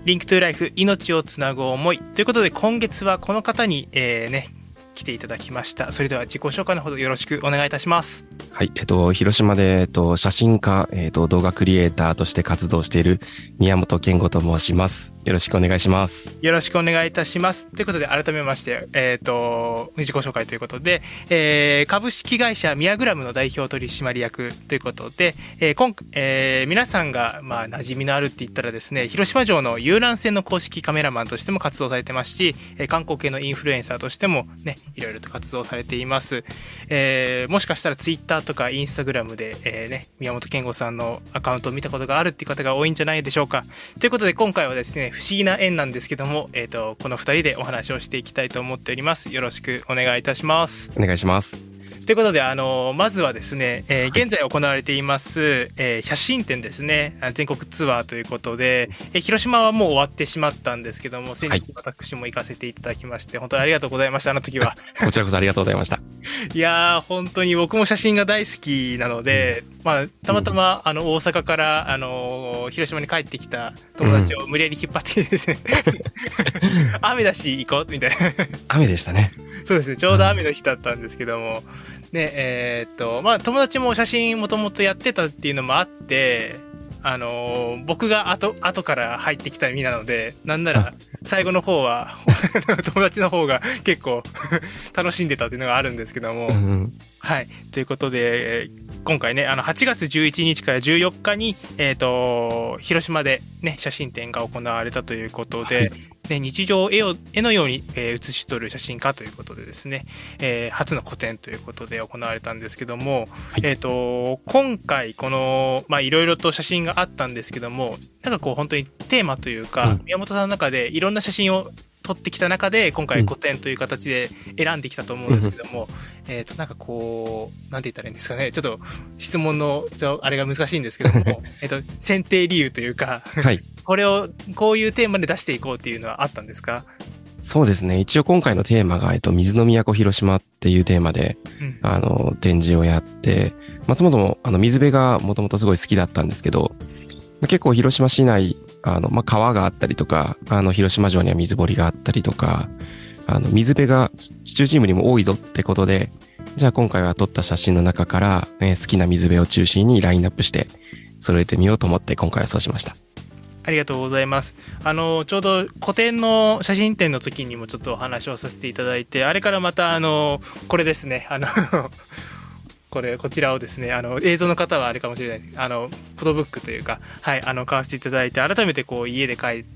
リンクトゥライフ命をつなぐ思いということで、今月はこの方に、来ていただきました。それでは自己紹介のほどよろしくお願いいたします。 はい、広島で、写真家、動画クリエイターとして活動している宮本健吾と申します。よろしくお願いします。 よろしくお願いいたします。ということで、改めまして、自己紹介ということで、株式会社ミヤグラムの代表取締役ということで、皆さんが、馴染みのあるって言ったらですね、広島城の遊覧船の公式カメラマンとしても活動されてますし、観光系のインフルエンサーとしてもね、いろいろと活動されています。もしかしたらツイッターとかインスタグラムで、宮本健吾さんのアカウントを見たことがあるっていう方が多いんじゃないでしょうか。ということで今回はですね、不思議な縁なんですけども、この2人でお話をしていきたいと思っております。よろしくお願いいたします。 お願いします。 ということで、まずはですね、現在行われています、写真展ですね、全国ツアーということで、広島はもう終わってしまったんですけども、先日私も行かせていただきまして、本当にありがとうございました、あの時は。 こちらこそありがとうございました。 いやー、本当に僕も写真が大好きなので、たまたま、大阪から、広島に帰ってきた友達を無理やり引っ張ってですね、雨だし行こう、みたいな。 雨でしたね。 そうですね、ちょうど雨の日だったんですけども、ね、友達も写真もともとやってたっていうのもあって、僕が後から入ってきた身なので、なんなら最後の方は友達の方が結構楽しんでたっていうのがあるんですけども、はい。ということで、今回ね、8月11日から14日に、広島でね、写真展が行われたということで、日常を絵のように、写し取る写真家ということでですね、初の個展ということで行われたんですけども、今回この、いろいろと写真があったんですけども、なんかこう本当にテーマというか、宮本さんの中でいろんな写真を撮ってきた中で、今回個展という形で選んできたと思うんですけども、なんかこう、なんて言ったらいいんですかね。ちょっと質問の、あれが難しいんですけども、選定理由というか、これを、こういうテーマで出していこうっていうのはあったんですか？ そうですね。一応今回のテーマが、水の都広島っていうテーマで、展示をやって、そもそも、水辺がもともとすごい好きだったんですけど、結構広島市内、川があったりとか、広島城には水堀があったりとか、水辺が地中チームにも多いぞってことで、じゃあ今回は撮った写真の中から、好きな水辺を中心にラインナップして揃えてみようと思って今回はそうしました。 ありがとうございます。ちょうど個展の写真展の時にもちょっとお話をさせていただいて、あれからまたこれですね、こちらをですね、映像の方はあれかもしれないですけど、フォトブックというか、はい、買わせていただいて、改めてこう家で帰って、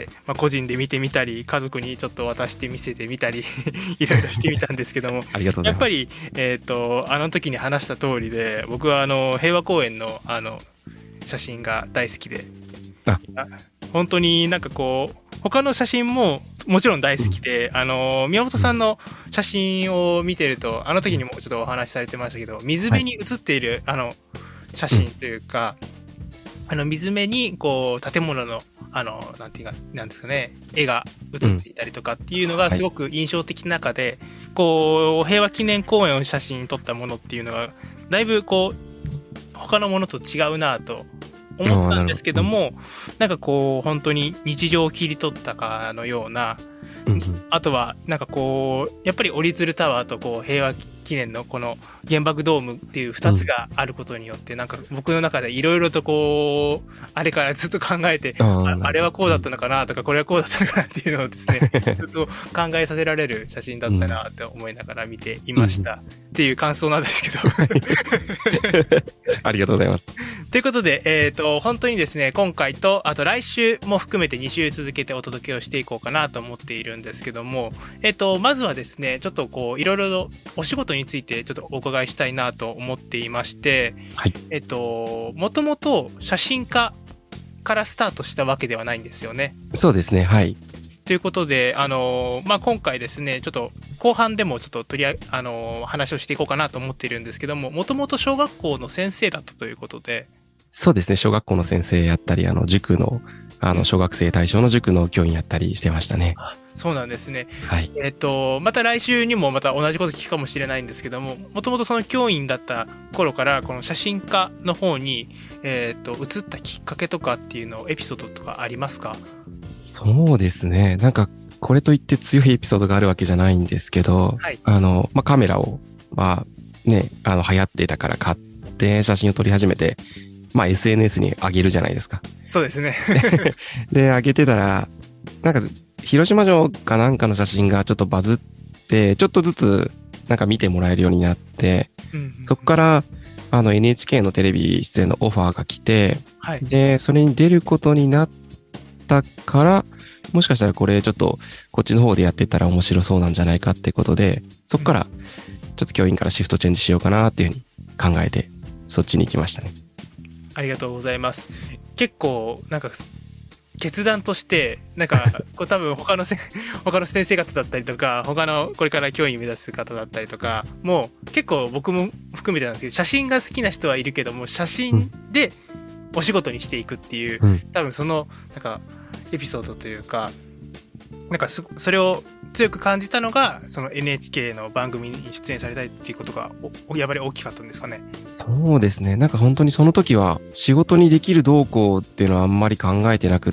個人で見てみたり、家族にちょっと渡して見せてみたり、いろいろしてみたんですけども、 ありがとうございます。 やっぱり、あの時に話した通りで、僕は平和公園の写真が大好きで、本当になんかこう、他の写真ももちろん大好きで、宮本さんの写真を見てると、あの時にもちょっとお話しされてましたけど、水辺に写っている、写真というか、水辺にこう、建物の、なんですかね、絵が写っていたりとかっていうのがすごく印象的な中で、こう、平和記念公園を写真に撮ったものっていうのが、だいぶこう、他のものと違うなと思ったんですけども、なんかこう本当に日常を切り取ったかのような、あとはなんかこうやっぱり折り鶴タワーとこう平和記念のこの原爆ドームっていう2つがあることによって、なんか僕の中でいろいろとこうあれからずっと考えて、あれはこうだったのかなとか、これはこうだったのかなっていうのをですね、ずっと考えさせられる写真だったなって思いながら見ていました、っていう感想なんですけどありがとうございます。 ということで、本当にですね、今回とあと来週も含めて2週続けてお届けをしていこうかなと思っているんですけども、まずはですね、ちょっとこういろいろとお仕事についてちょっとお伺いしたいなと思っていまして、もともと写真家からスタートしたわけではないんですよね。 そうですね、はい。 ということで、今回ですね、ちょっと後半でもちょっと話をしていこうかなと思っているんですけども、もともと小学校の先生だったということで。 そうですね、小学校の先生やったり、塾の、小学生対象の塾の教員やったりしてましたね。 そうなんですね。 はい。 また来週にもまた同じこと聞くかもしれないんですけども、もともとその教員だった頃からこの写真家の方に、移ったきっかけとかっていうのエピソードとかありますか？ そうですね。なんか、これといって強いエピソードがあるわけじゃないんですけど、 はい。 カメラを、流行ってたから買って写真を撮り始めて、SNS に上げるじゃないですか。 そうですね。 で、上げてたら、なんか、広島城かなんかの写真がちょっとバズって、ちょっとずつ、なんか見てもらえるようになって、そこから、NHK のテレビ出演のオファーが来て、 はい。 で、それに出ることになったから、もしかしたらこれちょっと、こっちの方でやってたら面白そうなんじゃないかってことで、そこから、ちょっと教員からシフトチェンジしようかなっていうふうに考えて、そっちに行きましたね。 ありがとうございます。結構、なんか、決断として、なんか、多分他の先生方だったりとか、他のこれから教員目指す方だったりとか、もう結構僕も含めてなんですけど、写真が好きな人はいるけども、写真でお仕事にしていくっていう、多分その、なんか、エピソードというか、なんかそれを強く感じたのが、その NHK の番組に出演されたいっていうことが、やっぱり大きかったんですかね。 そうですね。なんか本当にその時は仕事にできるどうこうっていうのはあんまり考えてなくって、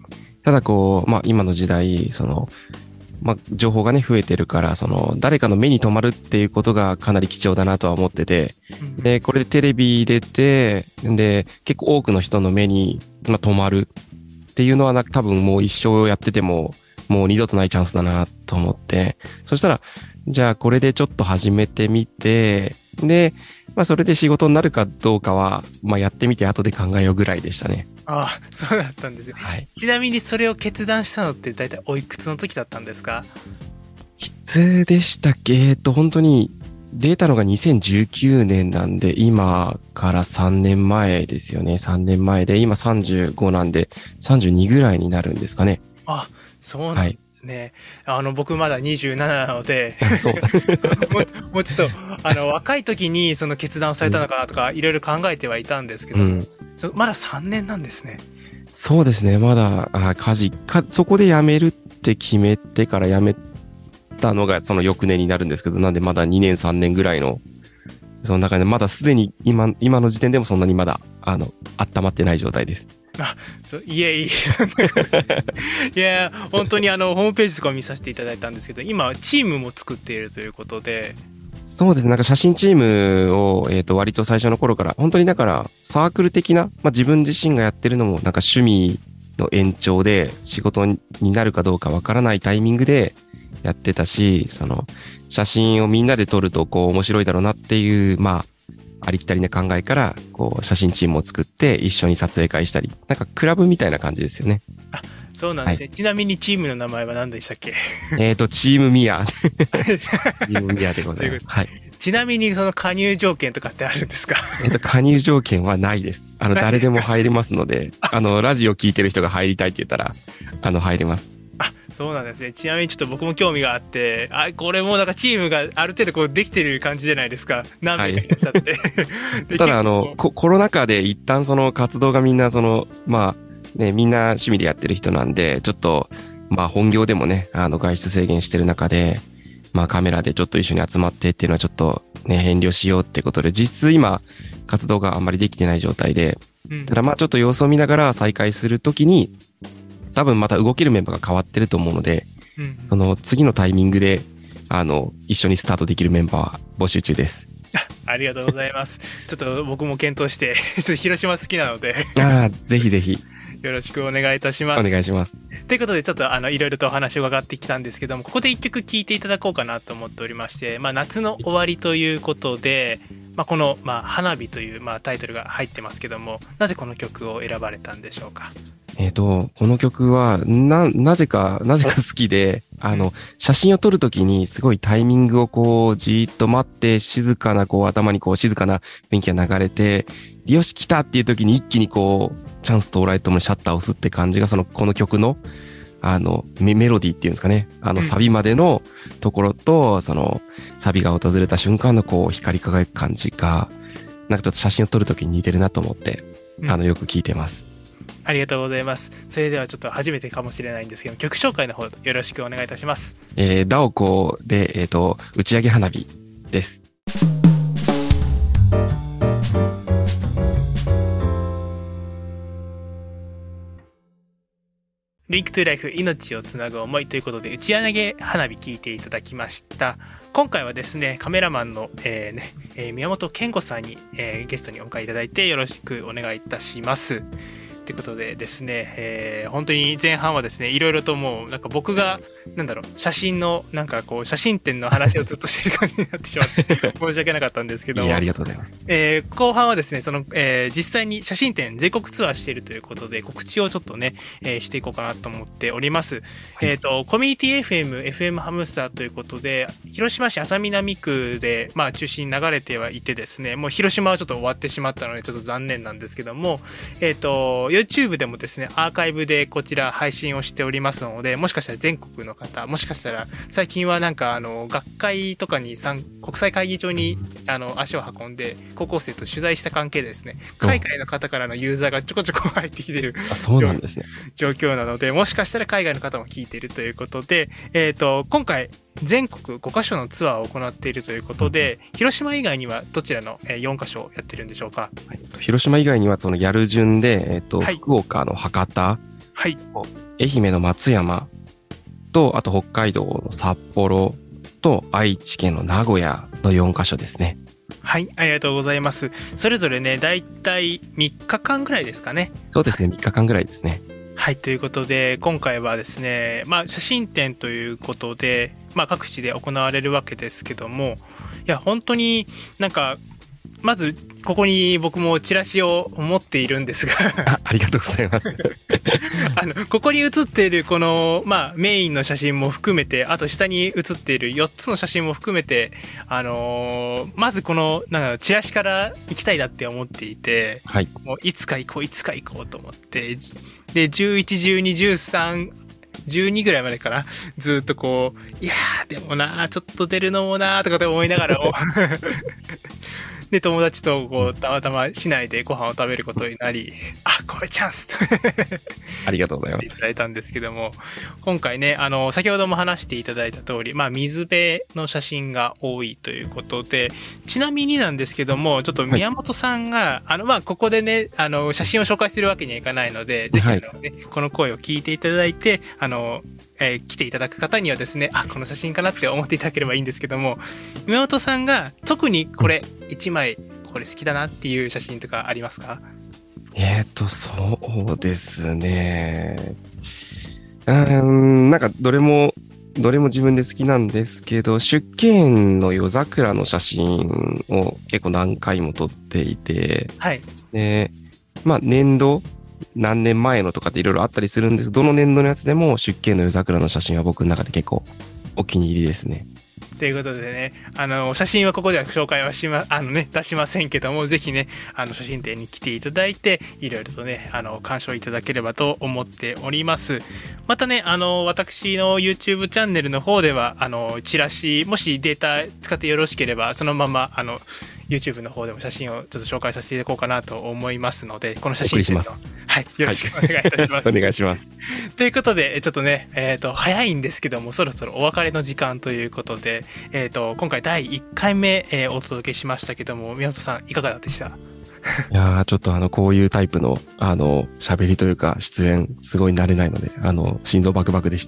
ただ今の時代、情報がね、増えてるから、誰かの目に留まるっていうことがかなり貴重だなとは思ってて、で、これでテレビ出て、で、結構多くの人の目に、留まるっていうのは多分もう一生やってても、もう二度とないチャンスだなと思って、そしたら、じゃあこれでちょっと始めてみて、で、それで仕事になるかどうかは、やってみて後で考えようぐらいでしたね。 ああ、そうだったんですよ。はい。ちなみにそれを決断したのって大体おいくつの時だったんですか？ いつでしたっけ？本当に出たのが2019年なんで、今から3年前ですよね。3年前で、今35なんで、32ぐらいになるんですかね。 あ、そうなんですね。はい、僕まだ27なのでそうもうちょっと、若い時にその決断をされたのかなとか、いろいろ考えてはいたんですけど、まだ3年なんですね。 そうですね。まだ、そこで辞めるって決めてから辞めたのがその翌年になるんですけど、なんでまだ2年3年ぐらいの、その中でまだすでに今の時点でもそんなにまだ、温まってない状態です。 あ、いえ。いや、本当にホームページとかを見させていただいたんですけど、今、チームも作っているということで。 そうですね。なんか写真チームを、割と最初の頃から、本当にだからサークル的な、自分自身がやってるのもなんか趣味の延長で仕事になるかどうかわからないタイミングでやってたし、写真をみんなで撮ると面白いだろうなっていう、ありきたりな考えから、写真チームを作って一緒に撮影会したり、なんかクラブみたいな感じですよね。 あ、そうなんですね。はい、ちなみにチームの名前は何でしたっけ？ チームミヤ。チームミヤでございます。はい。 ちなみにその加入条件とかってあるんですか？ 加入条件はないです。誰でも入れますので、ラジオ聞いてる人が入りたいって言ったら、入れます。 あ、そうなんですね。ちなみにちょっと僕も興味があって、これもなんかチームがある程度できてる感じじゃないですか。何名かいらっしゃって。 はい、ただコロナ禍で一旦その活動がみんなみんな趣味でやってる人なんで、ちょっと、本業でもね、外出制限してる中で、カメラでちょっと一緒に集まってっていうのはちょっとね、遠慮しようってことで、実質今、活動があんまりできてない状態で、ただちょっと様子を見ながら再開するときに、多分また動けるメンバーが変わってると思うので、その次のタイミングで、一緒にスタートできるメンバーは募集中です。 ありがとうございます。ちょっと僕も検討して、広島好きなのでぜひぜひ。 よろしくお願いいたします。 お願いします。 ということで、ちょっといろいろとお話を伺ってきたんですけども、ここで一曲聴いていただこうかなと思っておりまして、夏の終わりということで、この、花火という、タイトルが入ってますけども、なぜこの曲を選ばれたんでしょうか？ この曲は、なぜか好きで、写真を撮るときにすごいタイミングをじーっと待って、静かな頭に静かな雰囲気が流れて、よし来たっていうときに一気にチャンス到来ともにシャッターを押すって感じが、この曲の、メロディーっていうんですかね。サビまでのところと、サビが訪れた瞬間の光り輝く感じが、なんかちょっと写真を撮るときに似てるなと思って、よく聴いてます。 ありがとうございます。それではちょっと初めてかもしれないんですけど、曲紹介の方よろしくお願いいたします。 ダオコで、打ち上げ花火です。 リンクトゥライフ命をつなぐ思いということで打ち上げ花火聞いていただきました。今回はですねカメラマンの、宮本健吾さんに、ゲストにお迎えいただいてよろしくお願いいたします。ということでですね、本当に前半はですねいろいろともうなんか僕が写真のなんかこう写真展の話をずっとしてる感じになってしまって申し訳なかったんですけども、 いやありがとうございます。 後半はですねその、実際に写真展全国ツアーしているということで告知をちょっとね、していこうかなと思っております。はい、コミュニティ FM ハムスターということで広島市安佐南区で中心に流れてはいてですね、もう広島はちょっと終わってしまったのでちょっと残念なんですけども、YouTube でもですねアーカイブでこちら配信をしておりますので、もしかしたら全国の方、もしかしたら最近はなんか学会とかに国際会議場に足を運んで高校生と取材した関係でですね海外の方からのユーザーがちょこちょこ入ってきてるそうなんですね状況なので、もしかしたら海外の方も聞いているということで、今回全国5カ所のツアーを行っているということで、広島以外にはどちらの4カ所やってるんでしょうか？ はい、広島以外にはそのやる順で、はい、福岡の博多、 はい、 愛媛の松山と、あと北海道の札幌と愛知県の名古屋の4カ所ですね。 はい、ありがとうございます。それぞれね、だいたい3日間ぐらいですかね。 そうですね、3日間ぐらいですね。 はい、ということで今回はですね、写真展ということで、各地で行われるわけですけども、いや本当になんかまずここに僕もチラシを持っているんですがありがとうございますここに写っているこの、メインの写真も含めて、あと下に写っている4つの写真も含めて、まずこのチラシから行きたいなって思っていて、 はい、 もういつか行こうと思って、で11、12、13、12ぐらいまでかな、ずっとこういやーでもなーちょっと出るのもなーとかって思いながらで友達とこうたまたま市内でご飯を食べることになり、これチャンスありがとうございます。 いただいたんですけども、今回ね先ほども話していただいた通り、水辺の写真が多いということで、ちなみになんですけどもちょっと宮本さんが、はい、ここでね写真を紹介するわけにはいかないので、ぜひね、この声を聞いていただいて来ていただく方にはですね、この写真かなって思っていただければいいんですけども、宮本さんが特にこれ1枚これ好きだなっていう写真とかありますか？ そうですね。なんかどれも自分で好きなんですけど、出家園の夜桜の写真を結構何回も撮っていて、 はい。 で、年度何年前のとかっていろいろあったりするんですけど、どの年度のやつでも出家園の夜桜の写真は僕の中で結構お気に入りですね。 ということでね、写真はここでは紹介は出しませんけども、ぜひね、写真展に来ていただいて、いろいろとね、鑑賞いただければと思っております。またね、私の YouTube チャンネルの方では、チラシ、もしデータ使ってよろしければ、そのまま、YouTube の方でも写真をちょっと紹介させていただこうかなと思いますので、この写真展の、はい、よろしくお願いいたします。 お願いします。 ということで、ちょっとね、早いんですけども、そろそろお別れの時間ということで、今回第1回目、お届けしましたけども、宮本さんいかがでした？ いやー、ちょっとこういうタイプの、喋りというか、出演、すごい慣れないので、心臓バクバクでした。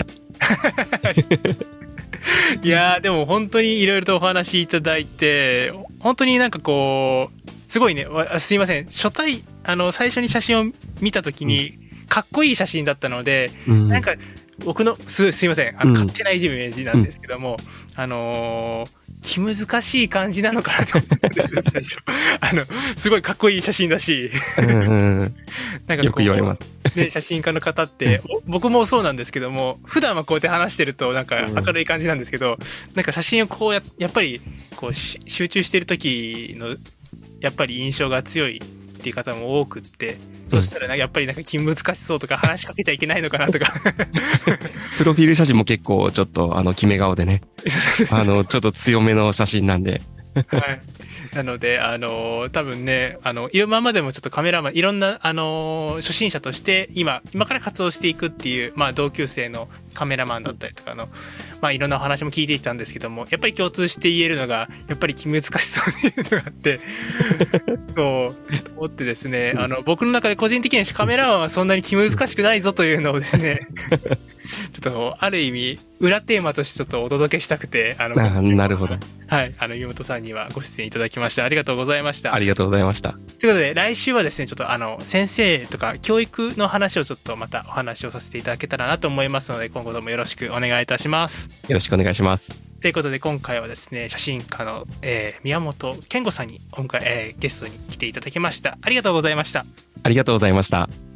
いやー、でも本当にいろいろとお話いただいて、本当になんかこう、すごいね、すいません、最初に写真を見たときに、かっこいい写真だったので、なんか、僕の、すいません、勝手なイメージなんですけども、気難しい感じなのかなと思ったんですよ、最初。すごいかっこいい写真だし。 なんかよく言われます。 ね、写真家の方って、僕もそうなんですけども、普段はこうやって話してるとなんか明るい感じなんですけど、なんか写真をこうやっぱりこう集中してる時のやっぱり印象が強いっていう方も多くって、そしたらやっぱりなんか気難しそうとか話しかけちゃいけないのかなとかプロフィール写真も結構ちょっと決め顔でねちょっと強めの写真なんではい。なので、多分ね、今までもちょっとカメラマン、いろんな、初心者として今から活動していくっていう、同級生のカメラマンだったりとかの、 まあいろんなお話も聞いてきたんですけども、やっぱり共通して言えるのが、やっぱり気難しそうっていうのがあって、そう思ってですね、僕の中で個人的にカメラマンはそんなに気難しくないぞというのをですね、ちょっとある意味裏テーマとしてちょっとお届けしたくて、 なるほど。 はい、湯本さんにはご出演いただきましてありがとうございました。 ありがとうございました。ということで、来週はですね、ちょっと先生とか教育の話をちょっとまたお話をさせていただけたらなと思いますので、今後ともよろしくお願いいたします。 よろしくお願いします。 ということで、今回はですね、写真家の、宮本健吾さんに今回、ゲストに来ていただきました。ありがとうございました。 ありがとうございました。